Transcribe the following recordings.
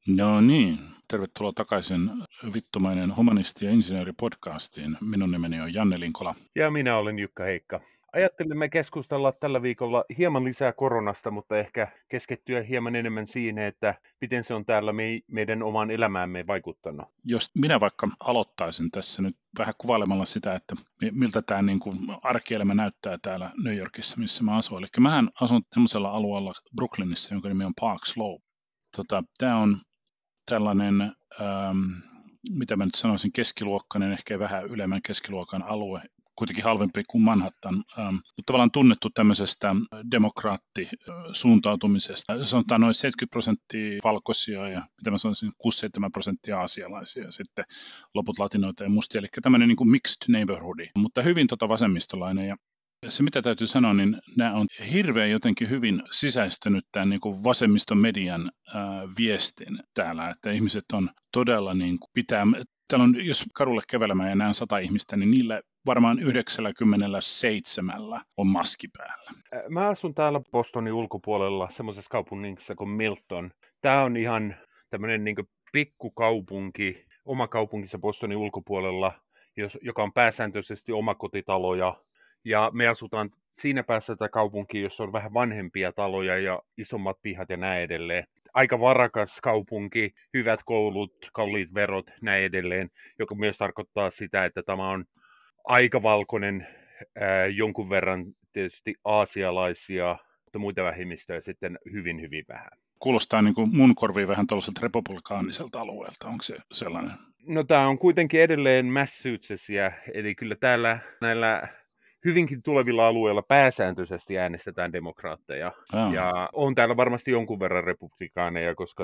No niin, tervetuloa takaisin Vittumainen humanisti- ja insinööripodcastiin. Minun nimeni on Janne Linkola. Ja minä olen Jukka Heikka. Ajattelimme keskustella tällä viikolla hieman lisää koronasta, mutta ehkä keskittyä hieman enemmän siihen, että miten se on täällä meidän omaan elämäämme vaikuttanut. Jos minä vaikka aloittaisin tässä nyt vähän kuvailemalla sitä, että miltä tämä niin kuin arkielämä näyttää täällä New Yorkissa, missä mä asun. Eli mähän asun tämmöisellä alueella Brooklynissa, jonka nimi on Park Slope. Tämä on tällainen, mitä mä nyt sanoisin, keskiluokkainen, ehkä vähän ylemmän keskiluokan alue, kuitenkin halvempi kuin Manhattan, mutta tavallaan tunnettu tämmöisestä demokraattisuuntautumisesta. Sanotaan noin 70% valkoisia ja mitä mä sanoisin, 6-7% aasialaisia ja sitten loput latinoita ja mustia, eli tämmöinen niin kuin mixed neighborhood, mutta hyvin vasemmistolainen. Ja se, mitä täytyy sanoa, niin nämä on hirveän jotenkin hyvin sisäistänyt tämän niin kuin vasemmiston median viestin täällä, että ihmiset on todella niin kuin täällä on, jos kadulle kävelemään ja näen 100 ihmistä, niin niillä varmaan 97 on maski päällä. Mä asun täällä Bostonin ulkopuolella semmoisessa kaupungissa kuin Milton. Tää on ihan tämmöinen niin kuin pikkukaupunki, oma kaupunkissa Bostonin ulkopuolella, joka on pääsääntöisesti omakotitaloja. Ja me asutaan siinä päässä tätä kaupunkia, jossa on vähän vanhempia taloja ja isommat pihat ja näin edelleen. Aika varakas kaupunki, hyvät koulut, kalliit verot, näin edelleen, joka myös tarkoittaa sitä, että tämä on aika valkoinen, jonkun verran tietysti aasialaisia, mutta muita vähemmistöjä sitten hyvin, hyvin vähän. Kuulostaa niin kuin mun korviin vähän tuollaiselta republikaaniselta alueelta, onko se sellainen? No tämä on kuitenkin edelleen Massachusettsia, eli kyllä täällä näillä hyvinkin tulevilla alueilla pääsääntöisesti äänestetään demokraatteja. Ja on täällä varmasti jonkun verran republikaaneja, koska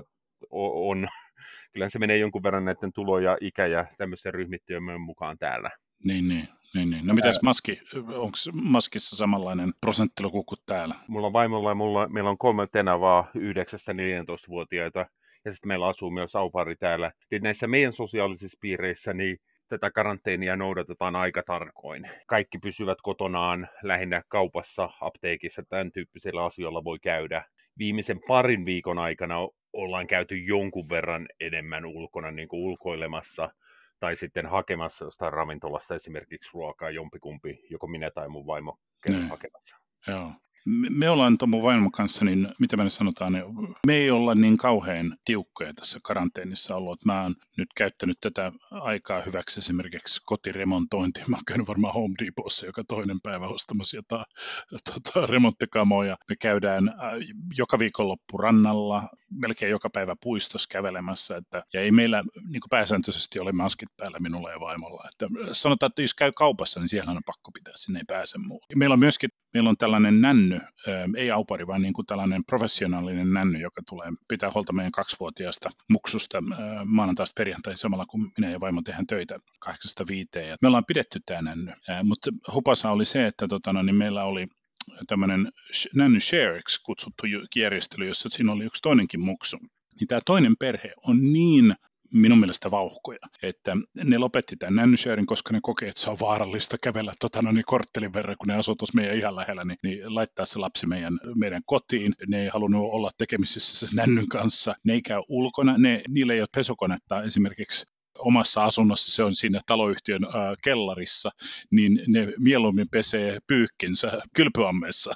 kyllä se menee jonkun verran näiden tulo- ja ikä- ja tämmöisen ryhmittyjen mukaan täällä. Niin. No mitäs maski? Onko maskissa samanlainen prosenttiluku kuin täällä? Mulla on vaimolla ja meillä on 3 tenavaa 9-14-vuotiaita. Ja sitten meillä asuu myös aupari täällä. Eli näissä meidän sosiaalisissa piireissä niin tätä karanteenia noudatetaan aika tarkoin. Kaikki pysyvät kotonaan, lähinnä kaupassa, apteekissa, tämän tyyppisillä asioilla voi käydä. Viimeisen parin viikon aikana ollaan käyty jonkun verran enemmän ulkona niin kuin ulkoilemassa tai sitten hakemassa jostain ravintolasta esimerkiksi ruokaa, jompikumpi, joko minä tai mun vaimo käy hakemassa. Joo. Me ollaan tuon mun vaimon kanssa, niin mitä me nyt sanotaan, niin me ei olla niin kauhean tiukkoja tässä karanteenissa ollut. Mä oon nyt käyttänyt tätä aikaa hyväksi esimerkiksi kotiremontointiin. Mä oon käynyt varmaan Home Depotissa joka toinen päivä ostamassa jotain remonttikamoja. Me käydään joka viikonloppu rannalla, melkein joka päivä puistossa kävelemässä. Ja ei meillä niin kuin pääsääntöisesti ole maskit päällä minulla ja vaimolla. Että sanotaan, että jos käy kaupassa, niin siellä on pakko pitää, sinne ei pääse muu. Meillä on tällainen nänny, ei aupari, vaan niin kuin tällainen professionaalinen nänny, joka tulee pitää huolta meidän 2-vuotiaasta muksusta maanantaista perjantai samalla, kun minä ja vaimo tehdään töitä 8-5. Ja me ollaan pidetty tämä nänny, mutta hupasa oli se, että niin meillä oli tämmöinen nänny shareiksi kutsuttu järjestely, jossa siinä oli yksi toinenkin muksu. Niin tämä toinen perhe on niin minun mielestä vauhkoja, että ne lopetti tämän nännysharin, koska ne kokee, että se on vaarallista kävellä korttelin verran, kun ne asuu tuossa meidän ihan lähellä, niin laittaa se lapsi meidän kotiin. Ne ei halunnut olla tekemisissä sen nännyn kanssa. Ne ei käy ulkona, niillä ei ole pesukonetta esimerkiksi omassa asunnossa, se on siinä taloyhtiön kellarissa, niin ne mieluummin pesee pyykkinsä kylpyammeessa,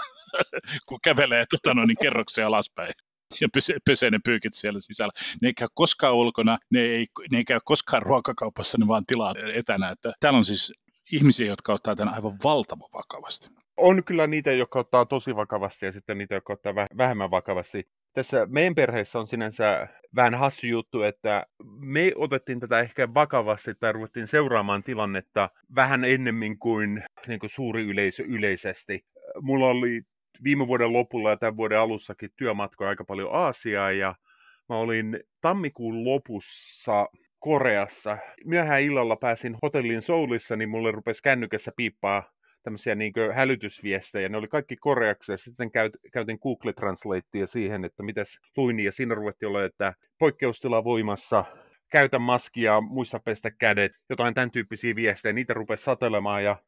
kun kävelee kerroksia alaspäin. Ja pesee ne pyykit siellä sisällä. Ne ei käy koskaan ulkona, ne ei käy koskaan ruokakaupassa, ne vaan tilaa etänä. Että täällä on siis ihmisiä, jotka ottaa tämän aivan valtavan vakavasti. On kyllä niitä, jotka ottaa tosi vakavasti ja sitten niitä, jotka ottaa vähemmän vakavasti. Tässä meidän perheessä on sinänsä vähän hassu juttu, että me otettiin tätä ehkä vakavasti tai ruvettiin seuraamaan tilannetta vähän ennemmin kuin suuri yleisö yleisesti. Mulla oli viime vuoden lopulla ja tämän vuoden alussakin työmatkoja aika paljon Aasiaa ja mä olin tammikuun lopussa Koreassa. Myöhään illalla pääsin hotellin Soulissa, niin mulle rupesi kännykässä piippaa tämmöisiä hälytysviestejä. Ne oli kaikki koreaksi ja sitten käytin Google Translatea siihen, että mitäs luin. Ja siinä ruvettiin olla, että poikkeustila voimassa, käytä maskia, muista pestä kädet, jotain tämän tyyppisiä viestejä. Niitä rupesi satelemaan ja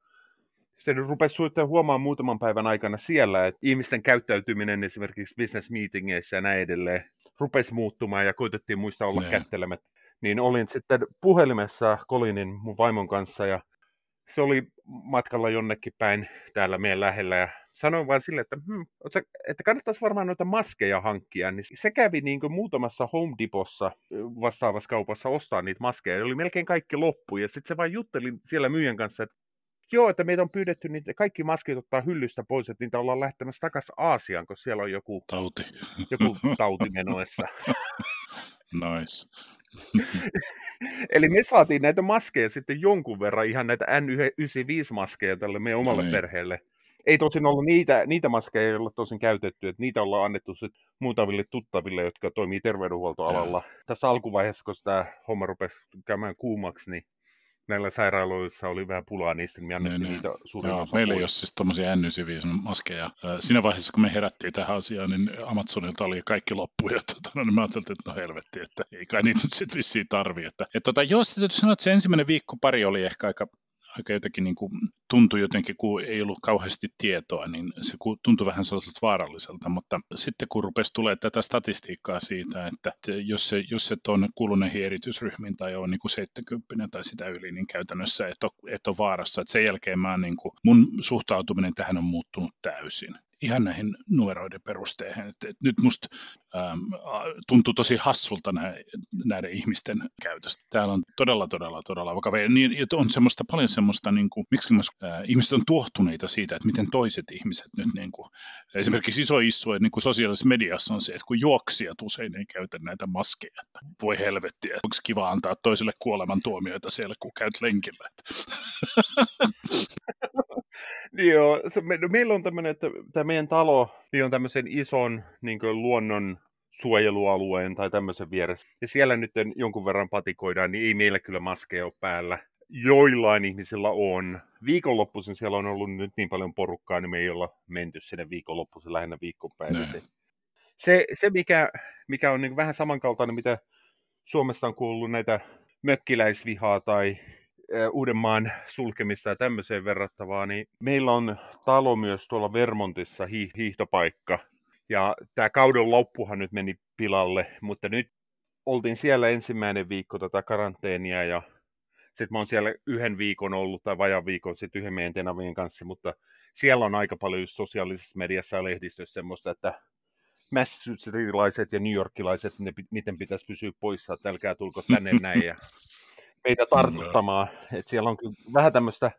se rupesi huomaamaan muutaman päivän aikana siellä, että ihmisten käyttäytyminen esimerkiksi business meetingeissä ja näin edelleen rupesi muuttumaan ja koitettiin muistaa olla Ne. kättelemättä. Niin olin sitten puhelimessa Colinin mun vaimon kanssa ja se oli matkalla jonnekin päin täällä meidän lähellä ja sanoin vaan sille, että kannattaisi varmaan noita maskeja hankkia. Niin se kävi niin kuin muutamassa Home Depotssa vastaavassa kaupassa ostaa niitä maskeja. Ne oli melkein kaikki loppu ja sitten se vaan jutteli siellä myyjän kanssa, että joo, että meitä on pyydetty niitä kaikki maskit ottaa hyllystä pois, että niitä ollaan lähtemässä takaisin Aasiaan, koska siellä on joku tauti menoessa. Nice. Eli me saatiin näitä maskeja sitten jonkun verran, ihan näitä N95-maskeja tälle meidän omalle perheelle. Ei tosin ollut niitä maskeja, joilla tosin käytetty, että niitä ollaan annettu sitten muutamille tuttaville, jotka toimii terveydenhuoltoalalla. Tässä alkuvaiheessa, kun tämä homma rupesi käymään kuumaksi, niin näillä sairaaloissa oli vähän pulaa niistä, niin me annettiin niitä suurin osa meillä pois. ei ole siis tommosia N95-maskeja. Siinä vaiheessa, kun me herättiin tähän asiaan, niin Amazonilta oli kaikki loppu. Ja niin mä ajattelin, että no helvetti, että ei kai niitä nyt sitten vissiin tarvii. Joo, sitten täytyy sanoa, että se ensimmäinen viikko pari oli ehkä aika jotenkin niin kuin, tuntui jotenkin, kun ei ollut kauheasti tietoa, niin se tuntui vähän sellaiselta vaaralliselta, mutta sitten kun rupesi tulee tätä statistiikkaa siitä, että jos et ole kuulu näihin erityisryhmiin tai on niin kuin 70 tai sitä yli, niin käytännössä et ole vaarassa. Että sen jälkeen mun suhtautuminen tähän on muuttunut täysin. Ihan näihin numeroiden perusteihin. Et nyt musta tuntuu tosi hassulta näiden ihmisten käytöstä. Täällä on todella vakavia. Niin, on paljon semmoista, niin kuin, miksi ihmiset on tuohtuneita siitä, että miten toiset ihmiset nyt, niin kuin, esimerkiksi iso issu, että niin kuin sosiaalisessa mediassa on se, että kun juoksijat usein ei käytä näitä maskeja, että voi helvettiä, onko kiva antaa toiselle kuolemantuomioita siellä, kun käyt lenkillä. Joo, meillä on tämmöinen, että tämä meidän talo niin on tämmöisen ison niin kuin luonnon suojelualueen tai tämmöisen vieressä. Ja siellä nyt jonkun verran patikoidaan, niin ei meillä kyllä maskeja ole päällä. Joillain ihmisillä on. Viikonloppuisin siellä on ollut nyt niin paljon porukkaa, niin me ei olla menty sinne viikonloppuisin lähinnä viikonpäivisin. Se mikä on niin vähän samankaltainen, mitä Suomessa on kuullut näitä mökkiläisvihaa tai Uudenmaan sulkemista ja tämmöiseen verrattavaa, niin meillä on talo myös tuolla Vermontissa, hiihtopaikka. Ja tämä kauden loppuhan nyt meni pilalle, mutta nyt oltiin siellä ensimmäinen viikko tätä karanteenia ja sitten mä oon siellä yhden viikon ollut tai vajan viikon sitten yhden meidän tenavien kanssa, mutta siellä on aika paljon just sosiaalisessa mediassa ja lehdistössä semmoista, että Massachusettsilaiset ja New Yorkilaiset, niiden pitäisi pysyä poissa, että älkää tulko tänne näin ja meitä tartuttamaan. Että siellä on kyllä vähän tämmöistä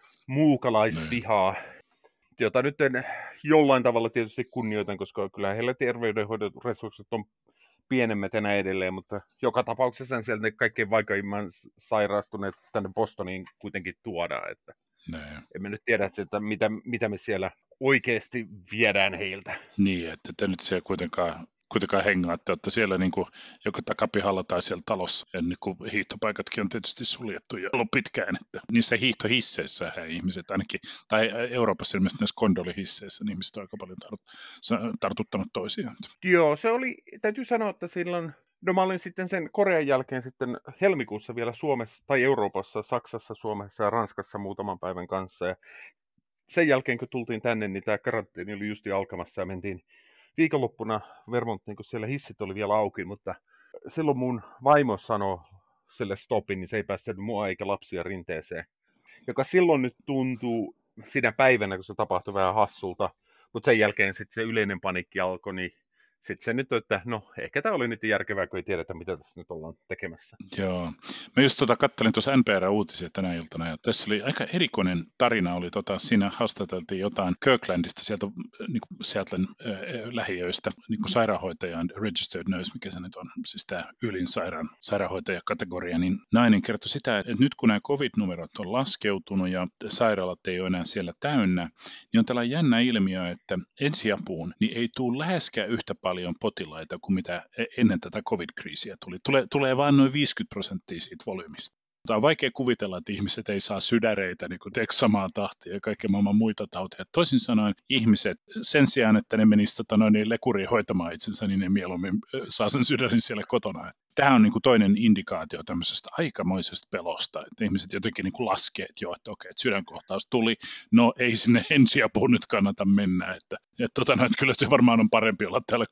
muukalaisvihaa, jota nyt en jollain tavalla tietysti kunnioitan, koska kyllä heillä terveydenhoidon resurssit on pienemmät enää edelleen, mutta joka tapauksessa sieltä ne kaikkein vaikeimman sairastuneet tänne Bostoniin kuitenkin tuodaan. Että emme nyt tiedä, että mitä me siellä oikeasti viedään heiltä. Niin, että te nyt siellä kuitenkaan hengaatte, että siellä niin kuin joko takapihalla tai siellä talossa, ja niin kuin hiihtopaikatkin on tietysti suljettu ja ollut pitkään, että niissä hiihtohisseissä ihmiset ainakin, tai Euroopassa ilmeisesti näissä kondolihisseissä, niin ihmiset on aika paljon tartuttanut toisiaan. Joo, se oli, täytyy sanoa, että silloin, no mä olin sitten sen Korean jälkeen sitten helmikuussa vielä Suomessa, tai Euroopassa, Saksassa, Suomessa ja Ranskassa muutaman päivän kanssa, ja sen jälkeen kun tultiin tänne, niin tämä karanteeni oli justi alkamassa ja mentiin viikonloppuna Vermonttiin, kun siellä hissit oli vielä auki, mutta silloin mun vaimo sanoi sille stopin, niin se ei päästänyt mua eikä lapsia rinteeseen. Joka silloin nyt tuntuu siinä päivänä, kun se tapahtui vähän hassulta, mutta sen jälkeen sitten se yleinen paniikki alkoi, niin sitten se nyt on, että no ehkä tämä oli nyt järkevää, kun ei tiedetä, mitä tässä nyt ollaan tekemässä. Joo. Mä just kattelin tuossa NPR-uutisia tänä iltana, ja tässä oli aika erikoinen tarina, siinä haastateltiin jotain Kirklandista, sieltä niin Seattlen lähiöistä, niin kuin sairaanhoitajan registered nurse, mikä se nyt on, siis tämä ylin sairaanhoitajakategoria, niin nainen kertoi sitä, että nyt kun nämä COVID-numerot on laskeutunut ja sairaalat ei ole enää siellä täynnä, niin on tällainen jännä ilmiö, että ensiapuun niin ei tule läheskään yhtä paljon potilaita kuin mitä ennen tätä COVID-kriisiä tuli. Tulee vain noin 50% siitä volyymista. On vaikea kuvitella, että ihmiset ei saa sydäreitä niin kuin samaa tahtia ja kaikkea maailman muita tauteja. Toisin sanoen ihmiset sen sijaan, että ne menisivät lekuriin hoitamaan itsensä, niin ne mieluummin saa sen sydärin siellä kotona. Tämä on niin kuin toinen indikaatio tämmöisestä aikamoisesta pelosta, että ihmiset jotenkin niin kuin laskee, että joo, että okei, että sydänkohtaus tuli, no ei sinne ensiapuun nyt kannata mennä, että kyllä se varmaan on parempi olla täällä kotona.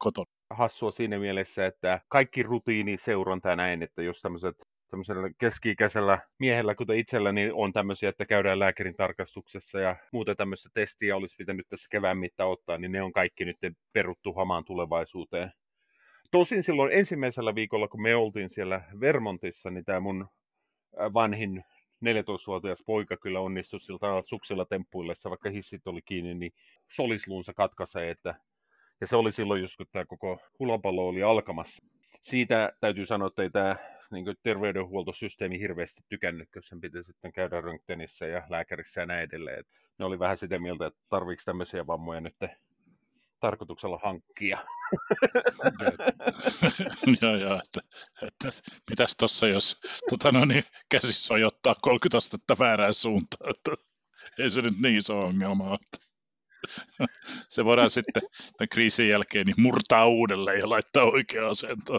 hassua siinä mielessä, että kaikki rutiiniseuranta ja näin, että jos tämmöisellä keski-ikäisellä miehellä, kuten itselläni, on tämmöisiä, että käydään lääkärin tarkastuksessa ja muuta tämmöistä testiä olisi pitänyt tässä kevään mittaan ottaa, niin ne on kaikki nyt peruttu hamaan tulevaisuuteen. Tosin silloin ensimmäisellä viikolla, kun me oltiin siellä Vermontissa, niin tämä mun vanhin 14-vuotias poika kyllä onnistui siltä suksella temppuillessa, vaikka hissit oli kiinni, niin solisluunsa katkaisee, ja se oli silloin just, kun tämä koko hulapallo oli alkamassa. Siitä täytyy sanoa, että ei tämä terveydenhuoltosysteemi hirveästi tykännyt, kun sen piti sitten käydä röntgenissä ja lääkärissä ja näin edelleen. Et ne oli vähän sitä mieltä, että tarviiko tämmöisiä vammoja nyt tarkoituksella hankkia. Joo, että mitäs tuossa, jos käsi sojottaa 30 astetta väärään suuntaan, että ei se nyt niin iso ongelma ole. Se voidaan sitten tämän kriisin jälkeen niin murtaa uudelleen ja laittaa oikeaan asentoon.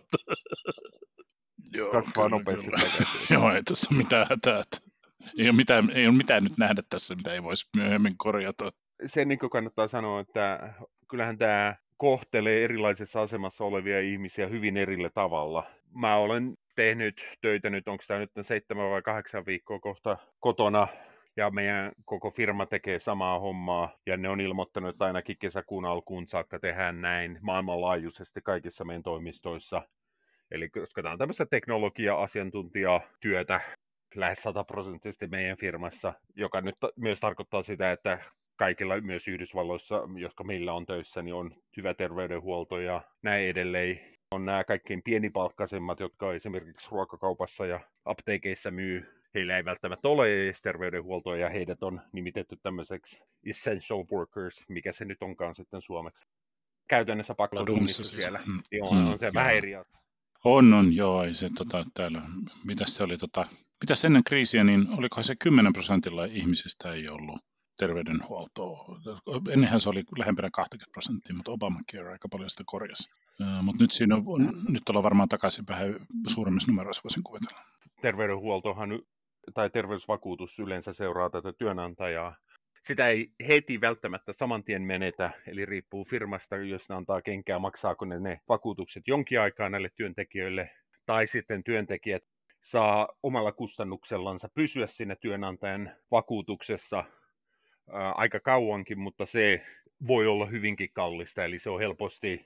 Kasvaa nopeasti. Joo, ei tässä ole mitään hätää. Ei ole mitään nyt nähdä tässä, mitä ei voisi myöhemmin korjata. Se niin kannattaa sanoa, että kyllähän tämä kohtelee erilaisessa asemassa olevia ihmisiä hyvin erillä tavalla. Mä olen tehnyt töitä nyt, onko tämä nyt 7 vai 8 viikkoa kohta kotona, ja meidän koko firma tekee samaa hommaa, ja ne on ilmoittanut, että ainakin kesäkuun alkuun saakka tehdään näin maailmanlaajuisesti kaikissa meidän toimistoissa. Eli koska tämä on tämmöistä teknologia-asiantuntijatyötä lähes 100% meidän firmassa, joka nyt myös tarkoittaa sitä, että kaikilla myös Yhdysvalloissa, jotka meillä on töissä, niin on hyvä terveydenhuolto ja näin edelleen. On nämä kaikkein pienipalkkaisemmat, jotka esimerkiksi ruokakaupassa ja apteekeissa myy. Heillä ei välttämättä ole edes terveydenhuoltoa ja heidät on nimitetty tämmöiseksi essential workers, mikä se nyt onkaan sitten suomeksi. Käytännössä pakkotunnistus siellä. On se vähän eri asia. On, joo, ei se täällä, mitäs se oli, mitäs ennen kriisiä, niin olikohan se 10% ihmisistä ei ollut terveydenhuoltoa. Ennenhän se oli lähempänä 20%, mutta Obamacare aika paljon sitä korjasi. Mutta nyt ollaan varmaan takaisin vähän suuremmissa numeroissa, voisin kuvitella. Terveydenhuoltohan tai terveysvakuutus yleensä seuraa tätä työnantajaa. Sitä ei heti välttämättä saman tien menetä, eli riippuu firmasta, jos ne antaa kenkää, maksaako ne vakuutukset jonkin aikaa näille työntekijöille, tai sitten työntekijät saa omalla kustannuksellansa pysyä siinä työnantajan vakuutuksessa aika kauankin, mutta se voi olla hyvinkin kallista, eli se on helposti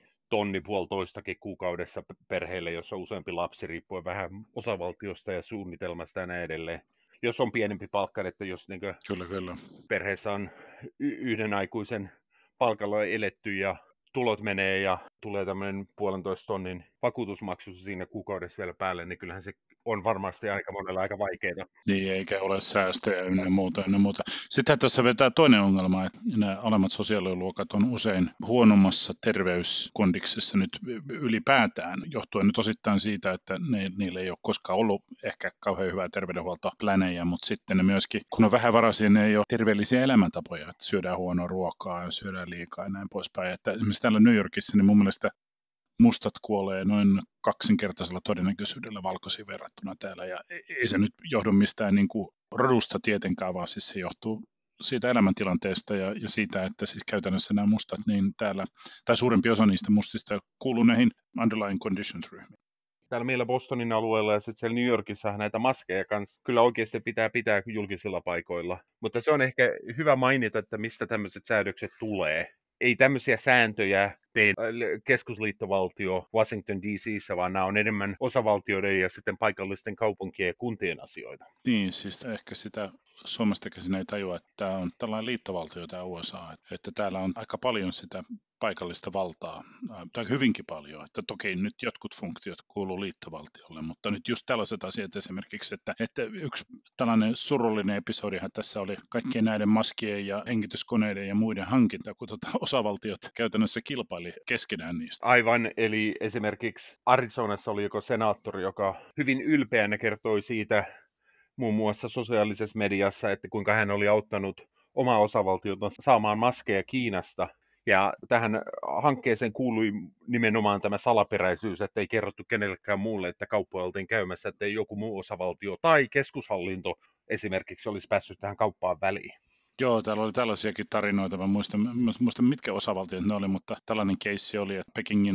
1,5 kuukaudessa perheelle, jossa on useampi lapsi, riippuen vähän osavaltiosta ja suunnitelmasta ja näin edelleen. Jos on pienempi palkka, että jos Kyllä. perheessä on yhden aikuisen palkalla eletty ja tulot menee ja tulee tämmöinen 1,5 tonnin vakuutusmaksu siinä kuukaudessa vielä päälle, niin kyllähän se on varmasti aika monella aika vaikeaa. Niin, eikä ole säästöjä ynnä muuta. Sitten tässä vetää toinen ongelma, että nämä alemmat sosiaaliluokat on usein huonommassa terveyskondiksessa nyt ylipäätään, johtuen nyt osittain siitä, että niillä ei ole koskaan ollut ehkä kauhean hyvää terveydenhuoltopläneja, mutta sitten ne myöskin, kun on vähävaraisia, ne ei ole terveellisiä elämäntapoja, että syödään huonoa ruokaa ja syödään liikaa ja näin poispäin. Että esimerkiksi täällä New Yorkissa, niin mun mielestä mustat kuolee noin 2-kertaisella todennäköisyydellä valkoisiin verrattuna täällä, ja ei se nyt johdu mistään niin kuin rodusta tietenkään, vaan siis se johtuu siitä elämäntilanteesta ja siitä, että siis käytännössä nämä mustat, niin täällä, tai suurempi osa niistä mustista kuuluu näihin underlying conditions-ryhmiin. Täällä meillä Bostonin alueella ja sitten siellä New Yorkissa näitä maskeja kanssa kyllä oikeasti pitää julkisilla paikoilla, mutta se on ehkä hyvä mainita, että mistä tämmöiset säädökset tulee. Ei tämmöisiä sääntöjä tee keskusliittovaltio Washington DC:ssä, vaan nämä on enemmän osavaltioiden ja sitten paikallisten kaupunkien ja kuntien asioita. Niin, siis ehkä sitä Suomesta käsin ei tajua, että tämä on tällainen liittovaltio tämä USA, että täällä on aika paljon sitä paikallista valtaa, tai hyvinkin paljon, että toki nyt jotkut funktiot kuuluu liittovaltiolle, mutta nyt just tällaiset asiat esimerkiksi, että yksi tällainen surullinen episodihan tässä oli kaikkien näiden maskien ja hengityskoneiden ja muiden hankinta, kun osavaltiot käytännössä kilpaili keskenään niistä. Aivan, eli esimerkiksi Arizonassa oli joku senaattori, joka hyvin ylpeänä kertoi siitä muun muassa sosiaalisessa mediassa, että kuinka hän oli auttanut omaa osavaltiota saamaan maskeja Kiinasta. Ja tähän hankkeeseen kuului nimenomaan tämä salaperäisyys, että ei kerrottu kenellekään muulle, että kauppoja oltiin käymässä, että joku muu osavaltio tai keskushallinto esimerkiksi olisi päässyt tähän kauppaan väliin. Joo, täällä oli tällaisiakin tarinoita. Mä muistan mitkä osavaltiot ne oli, mutta tällainen keissi oli, että Pekingin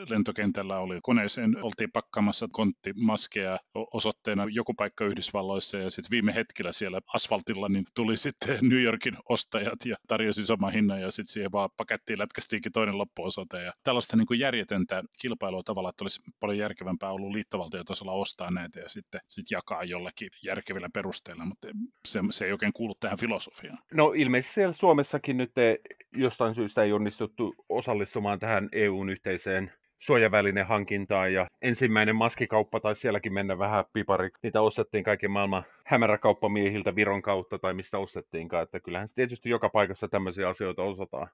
lentokentällä oli koneeseen, oltiin pakkaamassa konttimaskeja osoitteena joku paikka Yhdysvalloissa ja sitten viime hetkellä siellä asfaltilla niin tuli sitten New Yorkin ostajat ja tarjosi sama hinnan ja sitten siihen vaan pakettiin, lätkästiinkin toinen loppuosoite ja tällaista niin kuin järjetöntä kilpailua tavalla, että olisi paljon järkevämpää ollut liittovaltiotasolla ostaa näitä ja sitten jakaa jollakin järkevillä perusteilla, mutta se ei oikein kuulu tähän filosofiaan. No ilmeisesti siellä Suomessakin nyt jostain syystä ei onnistuttu osallistumaan tähän EUn yhteiseen suojavälinehankintaan ja ensimmäinen maskikauppa taisi sielläkin mennä vähän pipariksi. Niitä ostettiin kaiken maailman hämäräkauppamiehiltä Viron kautta tai mistä ostettiinkaan, että kyllähän tietysti joka paikassa tämmöisiä asioita osataan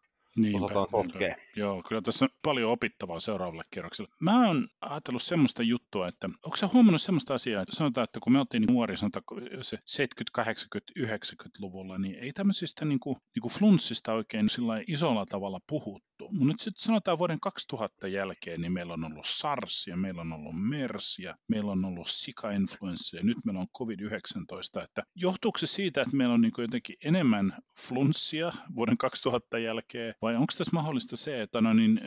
sotkea. Joo, kyllä tässä on paljon opittavaa seuraavalle kierrokselle. Mä oon ajatellut semmoista juttua, että onko sä huomannut semmoista asiaa, että sanotaan, että kun me oltiin nuoria, sanotaan se 70-, 80-, 90-luvulla, niin ei tämmöisistä niinku flunssista oikein sillä isolla tavalla puhuttu. Mutta nyt sitten sanotaan vuoden 2000 jälkeen, niin meillä on ollut SARS ja meillä on ollut MERS ja meillä on ollut sika-influenssa ja nyt meillä on COVID-19. Että johtuuko se siitä, että meillä on niinku jotenkin enemmän flunssia vuoden 2000 jälkeen vai onko tässä mahdollista se, että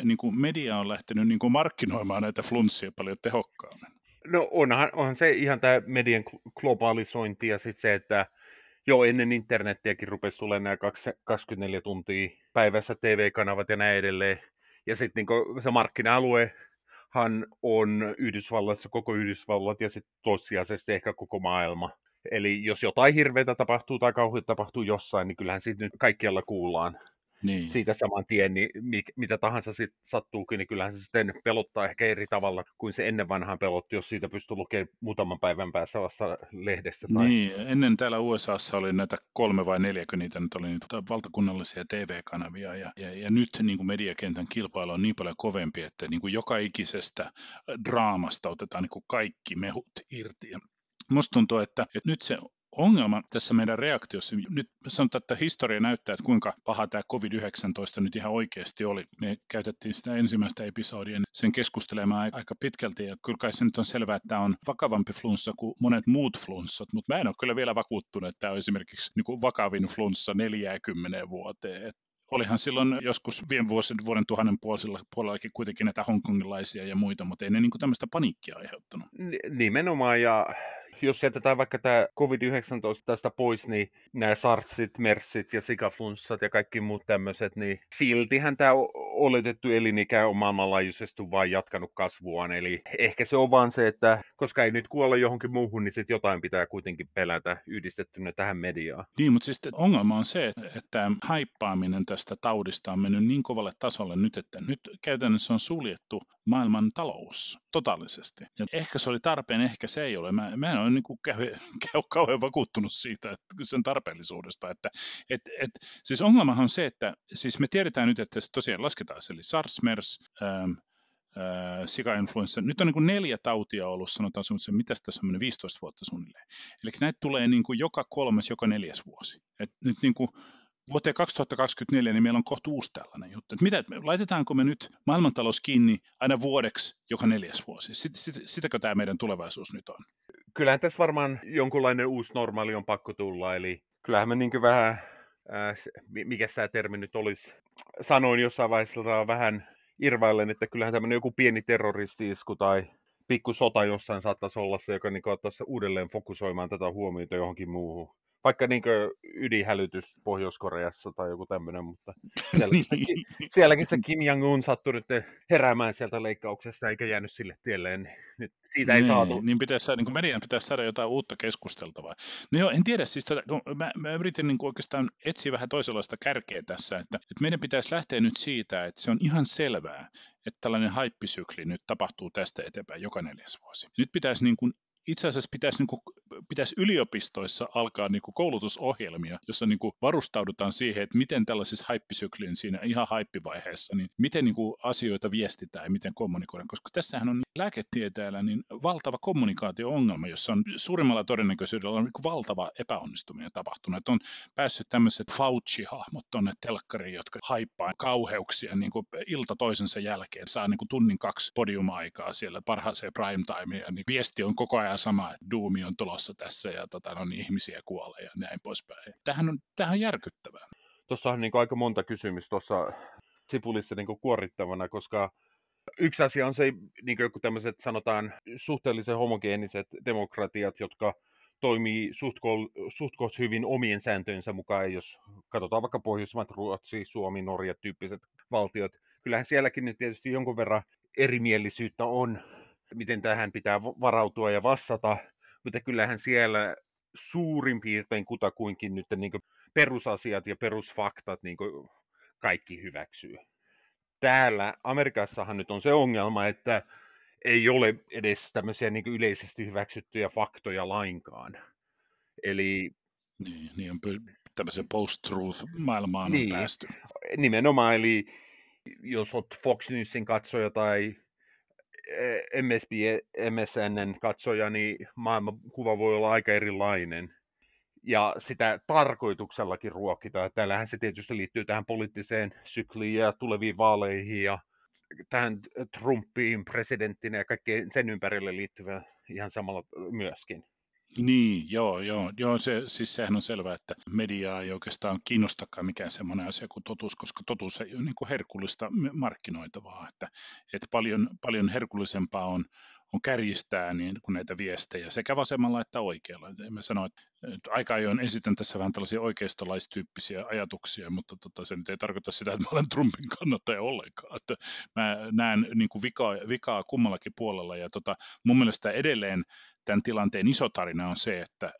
media on lähtenyt markkinoimaan näitä flunssia paljon tehokkaammin? No onhan se ihan tämä median globalisointi ja sitten se, että jo ennen internettiäkin rupesi tulemaan nämä 24 tuntia päivässä TV-kanavat ja näin edelleen. Ja sitten se markkina-aluehan on Yhdysvalloissa koko Yhdysvallat ja sitten tosiasiallisesti ehkä koko maailma. Eli jos jotain hirveätä tapahtuu tai kauheita tapahtuu jossain, niin kyllähän siitä nyt kaikkialla kuullaan. Niin. Siitä saman tien, niin mitä tahansa sitten sattuukin, niin kyllähän se sitten pelottaa ehkä eri tavalla kuin se ennen vanhaan pelotti, jos siitä pystyy lukemaan muutaman päivän päästä vasta lehdestä. Tai... Niin, ennen täällä USAssa oli näitä 3 vai 4, kun niitä nyt oli niitä valtakunnallisia TV-kanavia, ja nyt niin kuin mediakentän kilpailu on niin paljon kovempi, että niin kuin joka ikisestä draamasta otetaan niin kuin kaikki mehut irti. Ja musta tuntuu, että nyt se ongelma tässä meidän reaktiossa, nyt sanotaan, että historia näyttää, että kuinka paha tämä COVID-19 nyt ihan oikeasti oli. Me käytettiin sitä ensimmäistä episodia sen keskustelemaan aika pitkälti, ja kyllä kai se nyt on selvää, että tämä on vakavampi flunssa kuin monet muut flunssat, mutta mä en ole kyllä vielä vakuuttunut, että tämä on esimerkiksi niin kuin vakavin flunssa 40 vuoteen. Olihan silloin joskus viime vuoden 1000 puolellakin kuitenkin näitä hongkongilaisia ja muita, mutta ei ne niin kuin tämmöistä paniikkia aiheuttanut. Nimenomaan, ja jos jätetään vaikka tämä COVID-19 tästä pois, niin nämä SARSit, MERSit ja sikaflunssat ja kaikki muut tämmöiset, niin siltihän tämä oletettu elinikä on maailmanlaajuisesti vaan jatkanut kasvuaan. Eli ehkä se on vaan se, että koska ei nyt kuolla johonkin muuhun, niin sitten jotain pitää kuitenkin pelätä yhdistettynä tähän mediaan. Niin, mutta siis ongelma on se, että haippaaminen tästä taudista on mennyt niin kovalle tasolle nyt, että nyt käytännössä on suljettu maailman talous totaalisesti. Ja ehkä se oli tarpeen, ehkä se ei ole. Mä en ole niin kauhean vakuuttunut siitä, että sen tarpeellisuudesta. Siis ongelmahan on se, että siis me tiedetään nyt, että se tosiaan lasketaan, eli SARS, MERS, sika-influenssa. Nyt on niin kuin 4 tautia ollut, sanotaan semmoisen, mitä tässä on mennyt 15 vuotta suunnilleen. Eli näitä tulee niin kuin joka 3., joka 4. vuosi. Et nyt niin kuin vuoteen 2024 niin meillä on kohta uusi tällainen juttu. Laitetaanko me nyt maailmantalous kiinni aina vuodeksi joka 4. vuosi? Sitäkö tämä meidän tulevaisuus nyt on? Kyllähän tässä varmaan jonkunlainen uusi normaali on pakko tulla. Eli kyllähän me niin vähän, mikä tämä termi nyt olisi, sanoin jossain vaiheessa vähän irvaillen, että kyllähän tämmöinen joku pieni terroristi-isku tai pikku sota jossain saattaisi olla se, joka niin ottaisi uudelleen fokusoimaan tätä huomiota johonkin muuhun. Vaikka niin ydinhälytys Pohjois-Koreassa tai joku tämmöinen, mutta sielläkin se Kim Jong-un sattui nyt heräämään sieltä leikkauksesta eikä jäänyt sille tielleen. Nyt siitä ei saatu. Niin niin median pitäisi saada jotain uutta keskusteltavaa. No joo, en tiedä, siis mä yritin niin oikeastaan etsiä vähän toisenlaista kärkeä tässä, että meidän pitäisi lähteä nyt siitä, että se on ihan selvää, että tällainen haippisykli nyt tapahtuu tästä eteenpäin joka 4. vuosi. Nyt pitäisi niin kuin itse asiassa pitäisi yliopistoissa alkaa koulutusohjelmia, jossa varustaudutaan siihen, että miten tällaisessa haippisyklin siinä ihan haippivaiheessa, niin miten asioita viestitään ja miten kommunikoidaan, koska tässähän on lääketieteellä niin valtava kommunikaatio-ongelma, jossa on suurimmalla todennäköisyydellä on valtava epäonnistuminen tapahtunut. Että on päässyt tämmöiset Fauci-hahmot tuonne telkkariin, jotka haippaa kauheuksia ilta toisensa jälkeen, saa 1-2 tunnin podium-aikaa siellä parhaaseen prime timeen, ja niin viesti on koko ajan sama, että duumi on tulossa tässä ja ihmisiä kuolee ja näin poispäin. Tämähän on järkyttävää. Tuossa on aika monta kysymystä tuossa sipulissa kuorittavana, koska Yksi asia on se, niin kuin joku tämmöiset sanotaan suhteellisen homogeeniset demokratiat, jotka toimii suht hyvin omien sääntöjensä mukaan, jos katsotaan vaikka Pohjoismaat, Ruotsi, Suomi, Norja tyyppiset valtiot. Kyllähän sielläkin nyt tietysti jonkun verran erimielisyyttä on, miten tähän pitää varautua ja vastata, mutta kyllähän siellä suurin piirtein kutakuinkin nyt niin kuin perusasiat ja perusfaktat niin kuin kaikki hyväksyy. Täällä Amerikassahan nyt on se ongelma, että ei ole edes tämmöisiä niin kuin yleisesti hyväksyttyjä faktoja lainkaan. Eli Niin on tämmöisen post-truth-maailmaan on niin, päästy. nimenomaan, eli jos olet Fox Newsin katsoja tai MSNn katsoja, niin maailmankuva voi olla aika erilainen. Ja sitä tarkoituksellakin ruokitaan. Täällähän se tietysti liittyy tähän poliittiseen sykliin ja tuleviin vaaleihin ja tähän Trumpiin presidenttinä ja kaikkeen sen ympärille liittyvää ihan samalla myöskin. Niin, joo, sehän on selvää, että mediaa ei oikeastaan kiinnostakaan mikään semmoinen asia kuin totuus, koska totuus ei ole niin kuin herkullista markkinoitavaa, että paljon herkullisempaa on kärjistää niin kuin näitä viestejä sekä vasemmalla että oikealla. Mä sanoin, että aika ajoin esitän tässä vähän tällaisia oikeistolaistyyppisiä ajatuksia, mutta se nyt ei tarkoita sitä, että mä olen Trumpin kannattaja ollenkaan. Että mä näen niin kuin vikaa kummallakin puolella ja mun mielestä edelleen tämän tilanteen iso tarina on se, että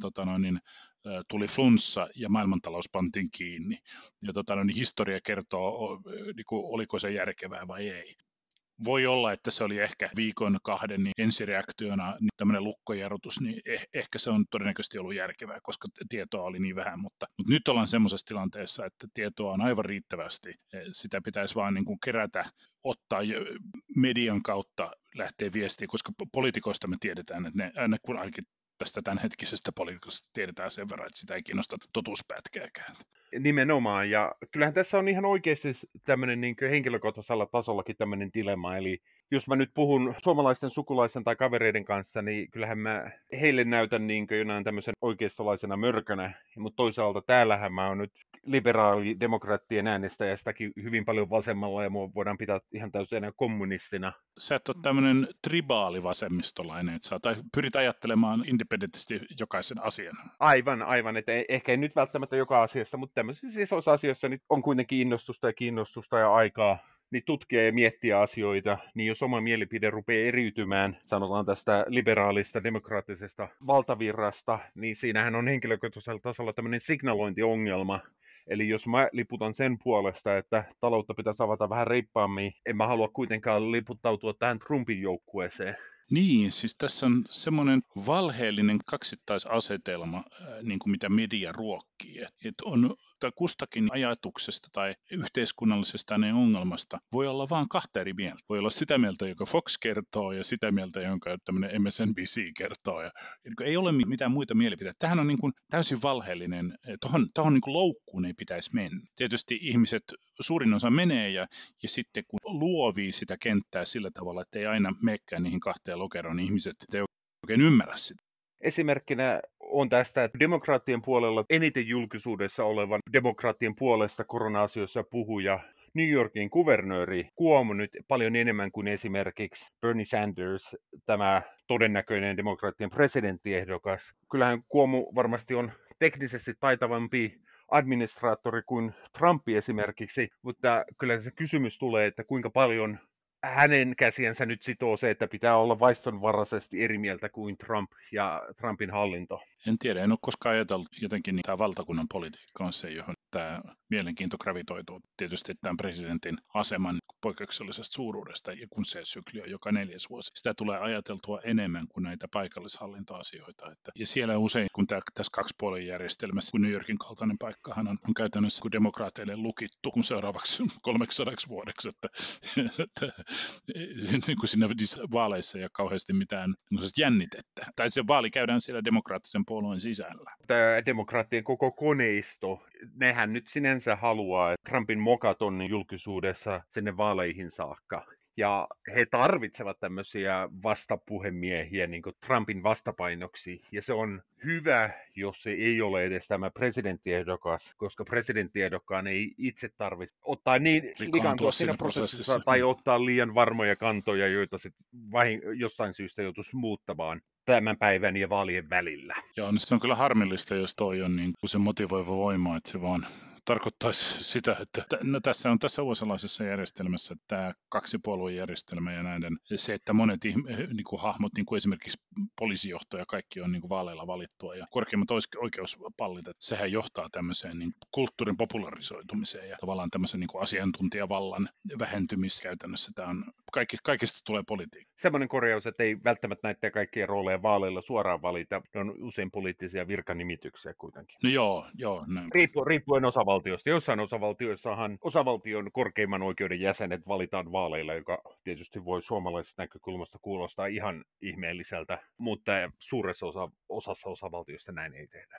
tuli flunssa ja maailmantalous pantiin kiinni. Ja historia kertoo, niin kuin, oliko se järkevää vai ei. Voi olla, että se oli ehkä viikon kahden niin ensireaktiona niin tämmöinen lukkojarrutus, niin ehkä se on todennäköisesti ollut järkevää, koska tietoa oli niin vähän, mutta nyt ollaan semmoisessa tilanteessa, että tietoa on aivan riittävästi. Sitä pitäisi vaan niin kuin kerätä, ottaa median kautta lähteä viestiä, koska poliitikoista me tiedetään, että ne aina kun ainakin tästä tämänhetkisestä poliitikosta tiedetään sen verran, että sitä ei kiinnosta totuuspätkääkään. Nimenomaan, ja kyllähän tässä on ihan oikeasti tämmöinen niin henkilökohtaisella tasollakin tämmöinen dilemma, eli jos mä nyt puhun suomalaisten sukulaisten tai kavereiden kanssa, niin kyllähän mä heille näytän niin jonain tämmöisen oikeistolaisena mörkönä, mutta toisaalta täällähän mä oon nyt liberaali-demokraattien äänestäjä, sitäkin hyvin paljon vasemmalla, ja mua voidaan pitää ihan täysin enää kommunistina. Sä et ole tämmöinen tribaalivasemmistolainen, että sä pyrit ajattelemaan independentisti jokaisen asian. Aivan, että ehkä ei nyt välttämättä joka asiasta, mutta tämmöisissä isoissa asioissa nyt on kuitenkin innostusta ja aikaa niin tutkia ja miettiä asioita, niin jos oma mielipide rupeaa eriytymään, sanotaan tästä liberaalista, demokraattisesta valtavirrasta, niin siinähän on henkilökohtaisella tasolla tämmöinen signalointiongelma. Eli jos mä liputan sen puolesta, että taloutta pitäisi avata vähän reippaammin, en mä halua kuitenkaan liputtautua tähän Trumpin joukkueeseen. Niin, siis tässä on semmoinen valheellinen kaksittaisasetelma, niin kuin mitä media ruokkii. Että on kustakin ajatuksesta tai yhteiskunnallisesta ongelmasta voi olla vain kahta eri mieltä. Voi olla sitä mieltä, joka Fox kertoo, ja sitä mieltä, jonka tämmöinen MSNBC kertoo. Ja ei ole mitään muita mielipiteitä. Tämähän on niin kuin täysin valheellinen. Tuohon niin kuin loukkuun ei pitäisi mennä. Tietysti ihmiset, suurin osa menee, ja sitten kun luovii sitä kenttää sillä tavalla, että ei aina menekään niihin kahteen lokeroon, niin ihmiset ei oikein ymmärrä sitä. Esimerkkinä on tästä, että demokraattien puolella eniten julkisuudessa olevan demokraattien puolesta korona-asioissa puhuja New Yorkin kuvernööri Cuomo nyt paljon enemmän kuin esimerkiksi Bernie Sanders, tämä todennäköinen demokraattien presidenttiehdokas. Kyllähän Cuomo varmasti on teknisesti taitavampi administraattori kuin Trump esimerkiksi, mutta kyllä se kysymys tulee, että kuinka paljon hänen käsiensä nyt sitoo se, että pitää olla vaistonvaraisesti eri mieltä kuin Trump ja Trumpin hallinto. En tiedä, en ole koskaan ajatellut jotenkin, niin tämä valtakunnan politiikka on se, johon tämä mielenkiinto gravitoituu. Tietysti tämän presidentin aseman poikkeuksellisesta suuruudesta, ja kun se sykli on joka 4 vuosi. Sitä tulee ajateltua enemmän kuin näitä paikallishallintoasioita. Ja siellä usein, kun tässä kaksipuolen järjestelmässä, kun New Yorkin kaltainen paikkahan on käytännössä kuin demokraateille lukittu kun seuraavaksi 300 vuodeksi, että niin kuin siinä vaaleissa ei ole kauheasti mitään jännitettä. Tai se vaali käydään siellä demokraattisen puolueen sisällä. Tämä demokraattien koko koneisto, nehän nyt sinänsä haluaa, että Trumpin mokat on julkisuudessa sinne vaaleihin saakka. Ja he tarvitsevat tämmöisiä vastapuhemiehiä niin kuin Trumpin vastapainoksi. Ja se on hyvä, jos se ei ole edes tämä presidenttiehdokas, koska presidenttiehdokkaan ei itse tarvitse ottaa likaantua siinä prosessissa tai ottaa liian varmoja kantoja, joita sitten jossain syystä joutuisi muuttamaan tämän päivän ja vaalien välillä. Joo, niin se on kyllä harmillista, jos toi on niin kuin se motivoiva voima, että se vaan tarkoittaisi sitä, että tässä USA-laisessa järjestelmässä tämä kaksipuoluejärjestelmä ja näiden se, että monet niin kuin hahmot, niin kuin esimerkiksi poliisijohto ja kaikki on niin kuin vaaleilla valittua ja korkeimmat oikeuspallit, että sehän johtaa tämmöiseen niin kulttuurin popularisoitumiseen ja tavallaan tämmöisen niin kuin asiantuntijavallan vähentymiskäytännössä. Tämä on, kaikista tulee politiikka. Semmoinen korjaus, että ei välttämättä näitä kaikkia rooleja vaaleilla suoraan valita, ne on usein poliittisia virkanimityksiä kuitenkin. No joo. Näin. Riippuen osavaltiosta. Jossain osavaltioissahan osavaltion korkeimman oikeuden jäsenet valitaan vaaleilla, joka tietysti voi suomalaisesta näkökulmasta kuulostaa ihan ihmeelliseltä, mutta suuressa osassa osavaltioista näin ei tehdä.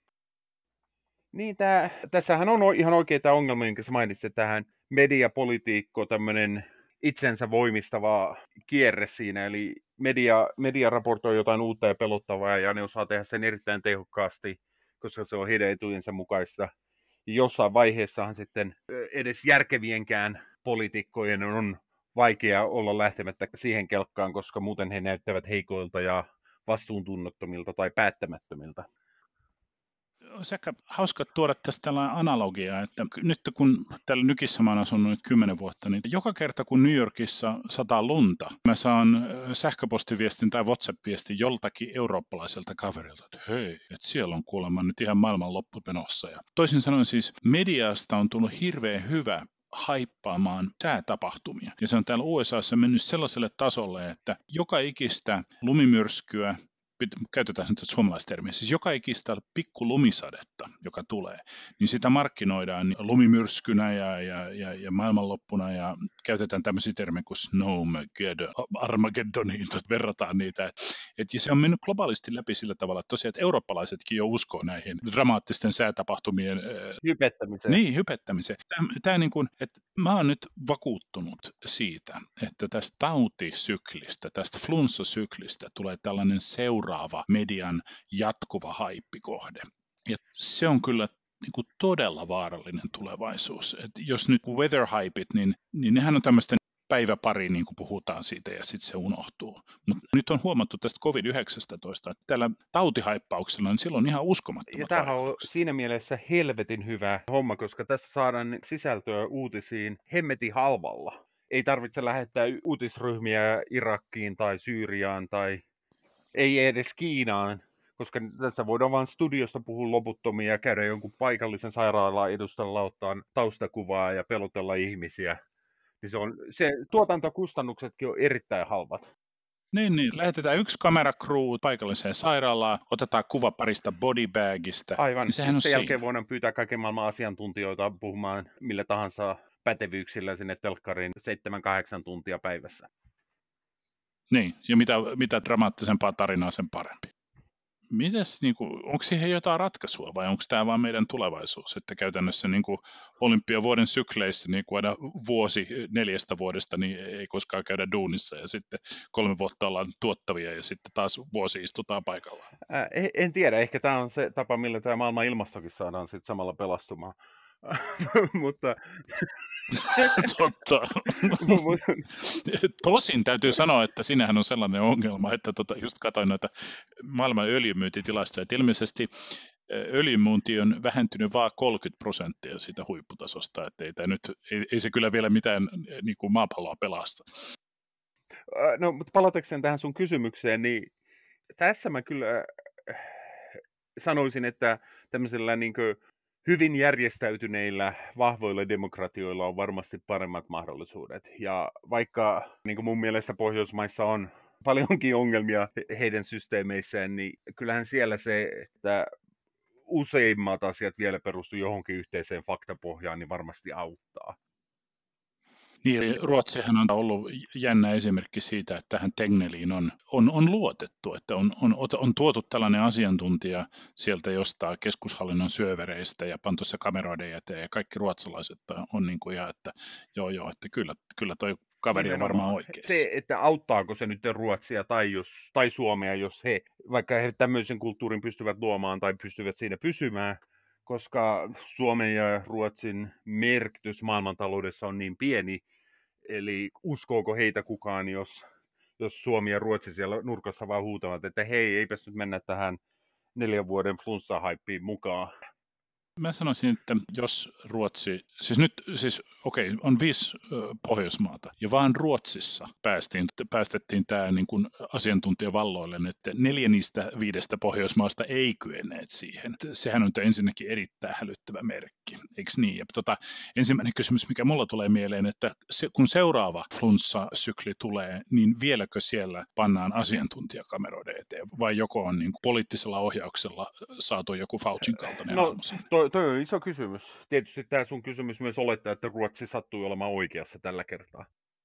Niin, tässähän on ihan oikeita ongelmia, minkä sä mainitsit tähän mediapolitiikko, tämmöinen itsensä voimistava kierre siinä, eli media raportoi jotain uutta ja pelottavaa, ja ne osaa tehdä sen erittäin tehokkaasti, koska se on heidän etujensa mukaista. Ja jossain vaiheessahan sitten edes järkevienkään poliitikkojen on vaikea olla lähtemättä siihen kelkkaan, koska muuten he näyttävät heikoilta ja vastuuntunnottomilta tai päättämättömiltä. Olisi ehkä hauska tuoda tästä tällainen analogia, että nyt kun täällä Nykissä mä oon asunut nyt 10 vuotta, niin joka kerta kun New Yorkissa sataa lunta, mä saan sähköpostiviestin tai WhatsApp-viestin joltakin eurooppalaiselta kaverilta, että hei, että siellä on kuulemma nyt ihan maailman loppu menossa. Ja toisin sanoen siis mediasta on tullut hirveän hyvä haippaamaan säätapahtumia. Ja se on täällä USAssa mennyt sellaiselle tasolle, että joka ikistä lumimyrskyä, käytetään nyt suomalaista termiä, siis joka ikistä pikku lumisadetta, joka tulee, niin sitä markkinoidaan lumimyrskynä ja maailmanloppuna ja käytetään tämmöisiä termejä kuin snowmageddon, Armageddoniin, verrataan niitä. Ja se on mennyt globaalisti läpi sillä tavalla, että tosiaan että eurooppalaisetkin jo uskoo näihin dramaattisten säätapahtumien hypettämiseen. Niin, hypettämiseen. Tämä niin kuin, että mä oon nyt vakuuttunut siitä, että tästä tautisyklistä, tästä flunssasyklistä tulee tällainen seuraava median jatkuva haippikohde. Ja se on kyllä niin kuin todella vaarallinen tulevaisuus. Et jos nyt weather hypeit, niin nehän on tämmöistä päivä-pari, niin kuin puhutaan siitä, ja sitten se unohtuu. Mutta nyt on huomattu tästä COVID-19, että tällä tautihaippauksella niin silloin on ihan uskomattomat vaikutukset. Tämä on siinä mielessä helvetin hyvä homma, koska tässä saadaan sisältöä uutisiin hemmetin halvalla. Ei tarvitse lähettää uutisryhmiä Irakiin tai Syyriaan tai ei edes Kiinaan, koska tässä voidaan vain studiosta puhua loputtomia ja käydä jonkun paikallisen sairaalan edustalla ottaa taustakuvaa ja pelotella ihmisiä. Niin se tuotantokustannuksetkin on erittäin halvat. Niin. Lähetetään yksi kamerakrew paikalliseen sairaalaan, otetaan kuva parista bodybagista. Aivan. Niin sehän on sen jälkeen voidaan pyytää kaiken maailman asiantuntijoita puhumaan millä tahansa pätevyyksillä sinne telkkariin 7-8 tuntia päivässä. Niin, ja mitä dramaattisempaa tarinaa, sen parempi. Mites, niin kuin, onko siihen jotain ratkaisua vai onko tämä vaan meidän tulevaisuus, että käytännössä niin kuin olympiavuoden sykleissä niin kuin aina vuosi 4 vuodesta niin ei koskaan käydä duunissa ja sitten 3 vuotta ollaan tuottavia ja sitten taas vuosi istutaan paikallaan? En tiedä, ehkä tämä on se tapa, millä tämä maailman ilmastokin saadaan sitten samalla pelastumaan, mutta... Totta. Tosin täytyy sanoa, että sinähän on sellainen ongelma, että just katsoin noita maailman öljymyyntitilastoja, että ilmeisesti öljymyynti on vähentynyt vain 30% siitä huipputasosta, että ei se kyllä vielä mitään niin kuin maapalloa pelasta. No, mutta palatakseni tähän sun kysymykseen, niin tässä mä kyllä sanoisin, että tämmöisellä niin kuin hyvin järjestäytyneillä, vahvoilla demokratioilla on varmasti paremmat mahdollisuudet. Ja vaikka niin kuin mun mielestä Pohjoismaissa on paljonkin ongelmia heidän systeemeissään, niin kyllähän siellä se, että useimmat asiat vielä perustuu johonkin yhteiseen faktapohjaan, niin varmasti auttaa. Niin, Ruotsihan on ollut jännä esimerkki siitä, että tähän Tegnelliin on luotettu, että on tuotu tällainen asiantuntija sieltä jostain keskushallinnon syövereistä ja pantu se kameroiden eteen ja kaikki ruotsalaiset on niin kuin ihan, että joo, että kyllä toi kaveri on varmaan Nimenomaan. oikeassa. Se, että auttaako se nyt Ruotsia tai Suomea, jos vaikka he tämmöisen kulttuurin pystyvät luomaan tai pystyvät siinä pysymään, koska Suomen ja Ruotsin merkitys maailmantaloudessa on niin pieni, eli uskooko heitä kukaan, jos Suomi ja Ruotsi siellä nurkassa vaan huutavat, että hei, eipäs nyt mennä tähän 4 vuoden flunssa-haippiin mukaan. Mä sanoisin, että jos Ruotsi, okei, on 5 Pohjoismaata, ja vaan Ruotsissa päästettiin tämä niin kuin asiantuntijavalloille, että 4 niistä 5 Pohjoismaasta ei kyenneet siihen. Sehän on ensinnäkin erittäin hälyttävä merkki, eikö niin? Ja ensimmäinen kysymys, mikä mulla tulee mieleen, että kun seuraava flunssa-sykli tulee, niin vieläkö siellä pannaan asiantuntijakameroiden eteen, vai joko on niin kuin poliittisella ohjauksella saatu joku Faucin kaltainen aalmo sinne? Toi on iso kysymys. Tietysti tämä sun kysymys myös olettaa, että Ruotsi sattui olemaan oikeassa tällä kertaa.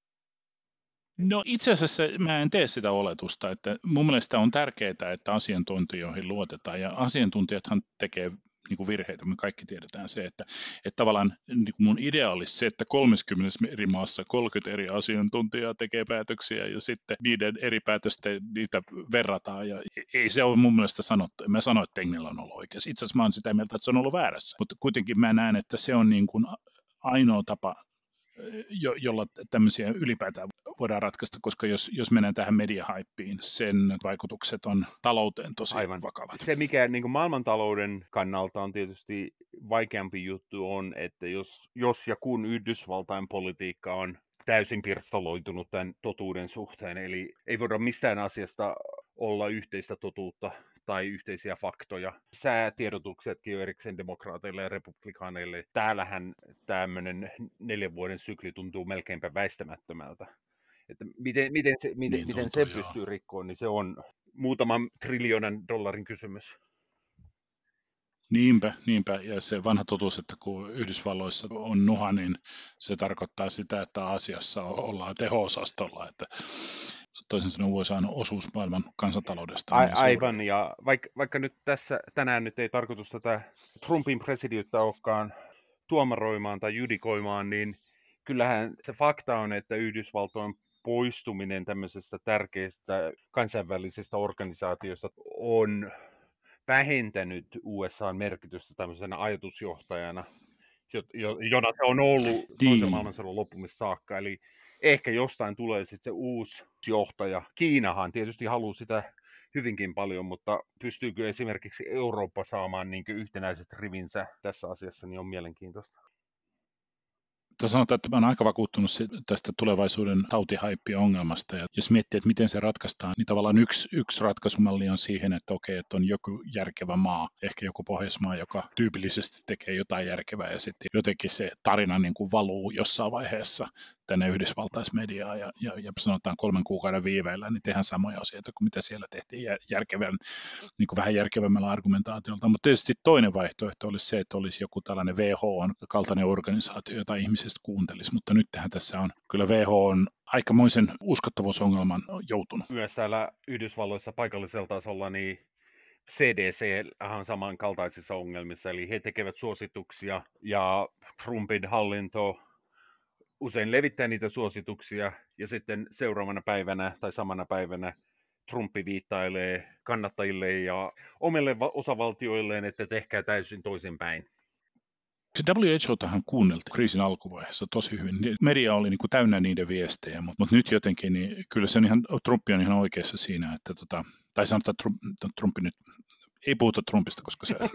No itse asiassa mä en tee sitä oletusta, että mun mielestä on tärkeää, että asiantuntijoihin luotetaan, ja asiantuntijathan tekee niin kuin virheitä, me kaikki tiedetään se, että tavallaan niin kuin mun idea olisi se, että 30 eri maassa 30 eri asiantuntijaa tekee päätöksiä ja sitten niiden eri päätösten niitä verrataan ja ei se ole mun mielestä sanottu. Mä sanoin, että Tegnillä on ollut oikeassa. Itse asiassa mä oon sitä mieltä, että se on ollut väärässä, mutta kuitenkin mä näen, että se on niin kuin ainoa tapa, jolla tämmöisiä ylipäätään voidaan ratkaista, koska jos mennään tähän mediahaippiin, sen vaikutukset on talouteen tosi vakavat. Se, mikä niin kuin maailmantalouden kannalta on tietysti vaikeampi juttu on, että jos ja kun Yhdysvaltain politiikka on täysin pirstaloitunut tämän totuuden suhteen, eli ei voida mistään asiasta olla yhteistä totuutta tai yhteisiä faktoja. Säätiedotuksetkin on erikseen demokraateille ja republikaaneille. Täällähän tämmöinen 4 vuoden sykli tuntuu melkeinpä väistämättömältä. Että miten se pystyy rikkoon, niin se on muutaman $1 trillion kysymys. Niinpä, ja se vanha totuus, että kun Yhdysvalloissa on nuha, niin se tarkoittaa sitä, että Aasiassa ollaan teho-osastolla, että toisin sanoen USA:n osuus maailman kansantaloudesta on niin suuri. Aivan, ja vaikka nyt tänään nyt ei tarkoitus tätä Trumpin presidiutta olekaan tuomaroimaan tai judikoimaan, niin kyllähän se fakta on, että Yhdysvaltojen poistuminen tämmöisestä tärkeästä kansainvälisestä organisaatiosta on vähentänyt USA:n merkitystä tämmöisenä ajatusjohtajana, jona se on ollut toisen maailmansodan loppumista saakka. Eli ehkä jostain tulee sitten se uusi johtaja. Kiinahan tietysti haluaa sitä hyvinkin paljon, mutta pystyykö esimerkiksi Eurooppa saamaan niin yhtenäiset rivinsä tässä asiassa, niin on mielenkiintoista. Sanotaan, että mä olen aika vakuuttunut tästä tulevaisuuden tautihaippi-ongelmasta. Ja jos miettii, että miten se ratkaistaan, niin tavallaan yksi ratkaisumalli on siihen, että okei, että on joku järkevä maa, ehkä joku Pohjoismaa, joka tyypillisesti tekee jotain järkevää ja sitten jotenkin se tarina niin kuin valuu jossain vaiheessa tänne yhdysvaltaismediaan ja sanotaan 3 kuukauden viiveellä, niin tehdään samoja asioita kuin mitä siellä tehtiin niin kuin vähän järkevämmällä argumentaatiolta. Mutta tietysti toinen vaihtoehto olisi se, että olisi joku tällainen WHO-kaltainen organisaatio, jota ihmiset kuuntelisi, mutta nythän tässä on kyllä WHO on aikamoisen uskottavuusongelman joutunut. Myös täällä Yhdysvalloissa paikallisella tasolla niin CDC on samankaltaisissa ongelmissa, eli he tekevät suosituksia ja Trumpin hallinto usein levittää niitä suosituksia ja sitten seuraavana päivänä tai samana päivänä Trumpi viittailee kannattajille ja omille osavaltioilleen, että tehkää täysin toisinpäin. WHOtahan kuunneltiin kriisin alkuvaiheessa tosi hyvin. Media oli niin kuin täynnä niiden viestejä, mutta nyt jotenkin, niin kyllä se on Trump on ihan oikeassa siinä, että tai sanotaan, että Trumpi nyt, ei puhuta Trumpista, koska se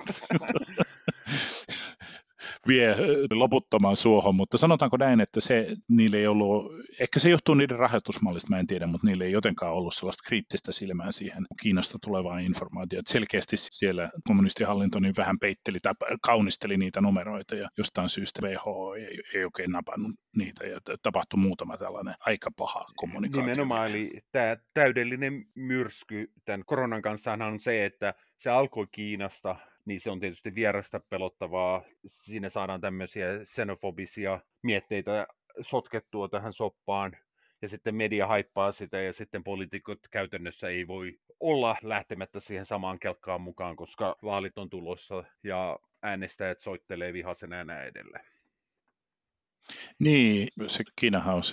vie loputtomaan suohon, mutta sanotaanko näin, että niille ei ollut, ehkä se johtuu niiden rahoitusmallista, mä en tiedä, mutta niille ei jotenkaan ollut sellaista kriittistä silmää siihen Kiinasta tulevaan informaatiota. Selkeästi siellä kommunistihallinto niin vähän peitteli tai kaunisteli niitä numeroita ja jostain syystä WHO ei oikein napannut niitä ja tapahtui muutama tällainen aika paha kommunikaatio. Nimenomaan, eli tämä täydellinen myrsky tämän koronan kanssa on se, että se alkoi Kiinasta, niin se on tietysti vierasta pelottavaa. Siinä saadaan tämmöisiä xenofobisia mietteitä sotkettua tähän soppaan. Ja sitten media haippaa sitä ja sitten poliitikot käytännössä ei voi olla lähtemättä siihen samaan kelkkaan mukaan, koska vaalit on tulossa ja äänestäjät soittelee vihaisena ja näin edelleen. Niin, se Kiinahan on siis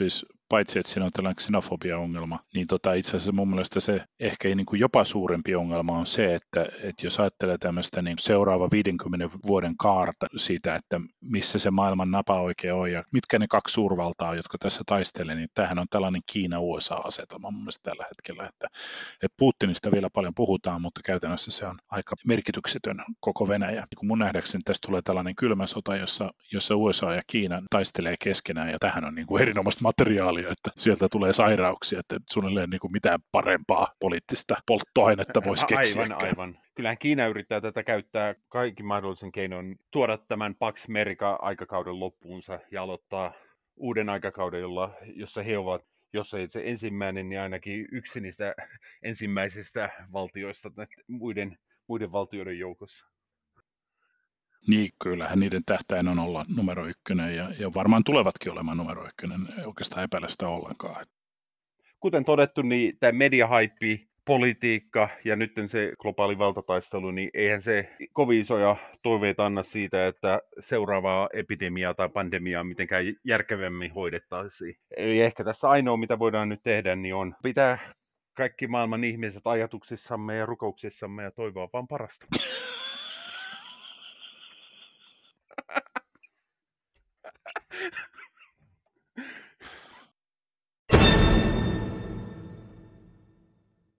paitsi että siinä on tällainen xenofobia-ongelma, niin itse asiassa mun mielestä se ehkä niin kuin jopa suurempi ongelma on se, että jos ajattelee tämmöistä niin seuraava 50 vuoden kaarta siitä, että missä se maailman napa oikein on ja mitkä ne kaksi suurvaltaa on, jotka tässä taistelee, niin tämähän on tällainen Kiina-USA-asetelma mun mielestä tällä hetkellä, että Putinista vielä paljon puhutaan, mutta käytännössä se on aika merkityksetön koko Venäjä. Kun mun nähdäkseni tästä tulee tällainen kylmä sota, jossa USA ja Kiina taistelee keskenään, ja tähän on niin kuin erinomaista materiaalia, että sieltä tulee sairauksia, että suunnilleen niin kuin mitään parempaa poliittista polttoainetta voisi keksiä. Aivan. Kyllähän Kiina yrittää tätä käyttää kaikin mahdollisen keinoin tuoda tämän Pax America-aikakauden loppuunsa ja aloittaa uuden aikakauden, jossa he ovat, jos ei se ensimmäinen, niin ainakin yksi niistä ensimmäisistä valtioista muiden valtioiden joukossa. Niin, kyllähän niiden tähtäin on olla numero 1 ja varmaan tulevatkin olemaan numero 1, ei oikeastaan epäile sitä ollenkaan. Kuten todettu, niin tämä mediahaippi, politiikka ja nyt se globaali valtataistelu, niin eihän se kovin isoja toiveita anna siitä, että seuraavaa epidemiaa tai pandemiaa mitenkään järkevämmin hoidettaisiin. Eli ehkä tässä ainoa, mitä voidaan nyt tehdä, niin on pitää kaikki maailman ihmiset ajatuksissamme ja rukouksissamme ja toivoa vaan parasta.